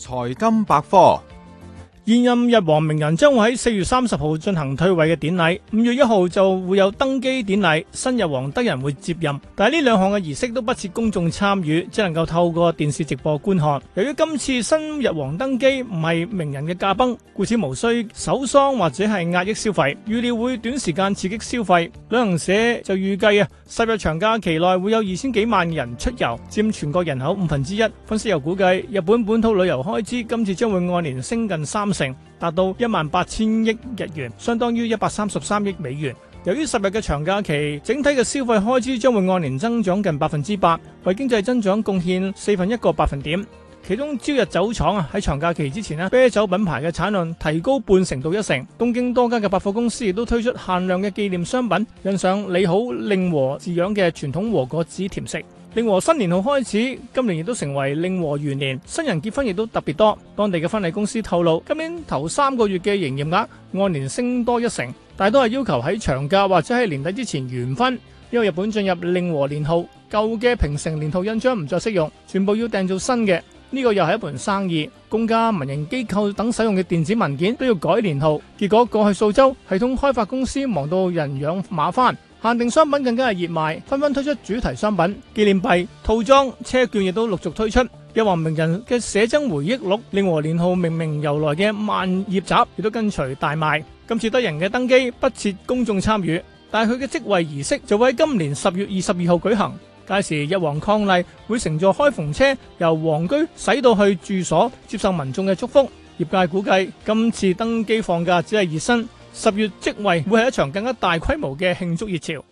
財金百科。 現任日皇明仁將會喺4月30號進行退位嘅典禮，5月1號就會有登基典禮，新日皇德仁會接任。但係呢兩項嘅儀式都不設公眾參與，只能夠透過電視直播觀看。由於今次新日皇登基唔係明仁嘅駕崩，故此無需守喪或者係壓抑消費，預料會短時間刺激消費。旅行社就預計10日長假期內會有2000幾萬人出遊，佔全國人口1/5。分析又估計，日本本土旅遊開支今次將會按年升近30%，達到18000億日元，相當於133億美元。由於10日嘅長假期，整體嘅消費開支將會按年增長近8%，為經濟增長貢獻1/4個百分點。其中朝日酒廠喺長假期之前啤酒品牌嘅產量提高半成到1成。東京多家嘅百貨公司亦都推出限量嘅紀念商品，印上你好令和字樣嘅傳統和果子甜食。令和新年號開始，今年亦都成為令和元年，新人結婚亦都特別多。當地嘅婚禮公司透露，今年頭3個月嘅營業額按年升多1成，但都係要求喺長假或者喺年底之前完婚。因為日本進入令和年號，舊嘅平成年號印章唔再適用，全部要訂做新嘅。呢個又係一盤生意，公家、民營機構等使用嘅電子文件都要改年號。結果過去數週，系統開發公司忙到人仰馬翻，限定商品更加係熱賣，紛紛推出主題商品、紀念幣、套裝、車券，亦都陸續推出。日皇明仁嘅寫真回憶錄《令和年號命名由來》嘅萬頁集亦都跟隨大賣。今次德仁嘅登基不設公眾參與，但係佢嘅職位儀式就會喺今年10月22號舉行。屆時日皇伉儷會乘坐開篷車由皇居駛到去住所，接受民眾嘅祝福。業界估計今次登基放假只係熱身，10月職位會係一場更加大規模嘅慶祝熱潮。